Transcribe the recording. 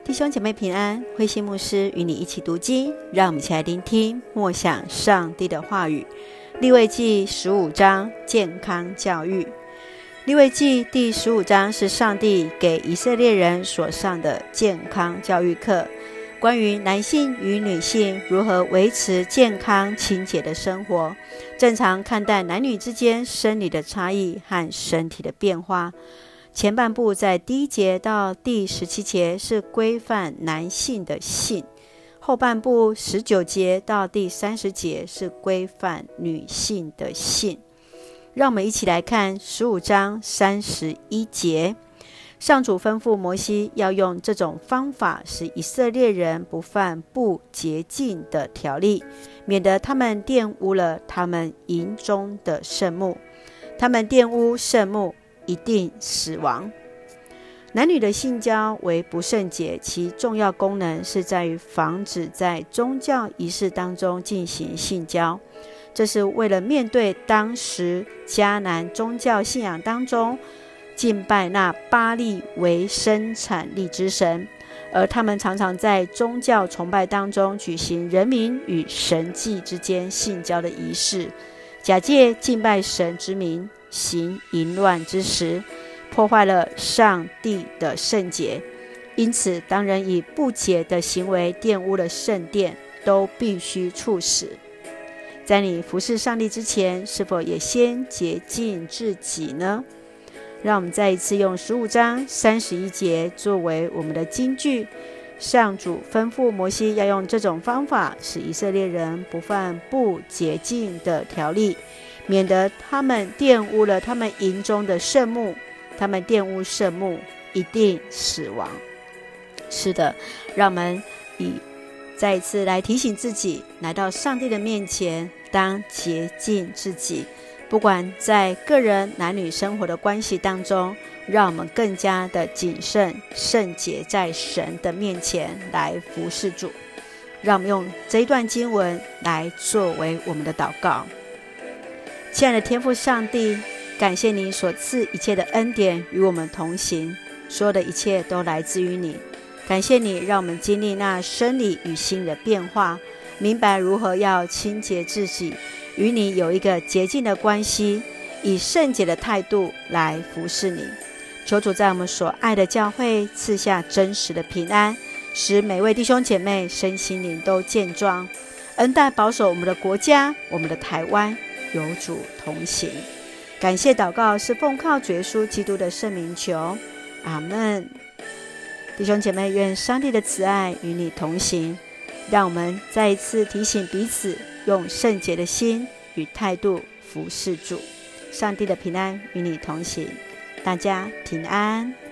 弟兄姐妹平安，慧馨牧师与你一起读经，让我们一起来聆听默想上帝的话语。利未记15章健康教育。利未记第15章是上帝给以色列人所上的健康教育课，关于男性与女性如何维持健康清洁的生活，正常看待男女之间生理的差异和身体的变化。前半部在第1节到第17节是规范男性的性，后半部19节到第30节是规范女性的性。让我们一起来看15章31节。上主吩咐摩西要用这种方法使以色列人不犯不洁净的条例，免得他们玷污了他们营中的圣幕。他们玷污圣幕，一定死亡。男女的性交为不圣洁，其重要功能是在于防止在宗教仪式当中进行性交，这是为了面对当时迦南宗教信仰当中敬拜那巴力为生产力之神，而他们常常在宗教崇拜当中举行人民与神迹之间性交的仪式，假借敬拜神之名行淫乱之时，破坏了上帝的圣洁。因此当人以不洁的行为玷污了圣殿，都必须处死。在你服侍上帝之前，是否也先洁净自己呢？让我们再一次用15章31节作为我们的金句。上主吩咐摩西要用这种方法使以色列人不犯不洁净的条例，免得他们玷污了他们营中的圣幕。他们玷污圣幕，一定死亡。是的，让我们再一次来提醒自己，来到上帝的面前，当洁净自己。不管在个人男女生活的关系当中，让我们更加的谨慎圣洁，在神的面前来服侍主。让我们用这一段经文来作为我们的祷告。亲爱的天父上帝，感谢你所赐一切的恩典与我们同行，所有的一切都来自于你。感谢你让我们经历那生理与心理的变化，明白如何要清洁自己，与你有一个洁净的关系，以圣洁的态度来服侍你。求主在我们所爱的教会赐下真实的平安，使每位弟兄姐妹身心灵都健壮，恩待保守我们的国家，我们的台湾有主同行。感谢祷告是奉靠主耶稣基督的圣名求，阿们。弟兄姐妹，愿上帝的慈爱与你同行，让我们再一次提醒彼此，用圣洁的心与态度服侍主。上帝的平安与你同行，大家平安。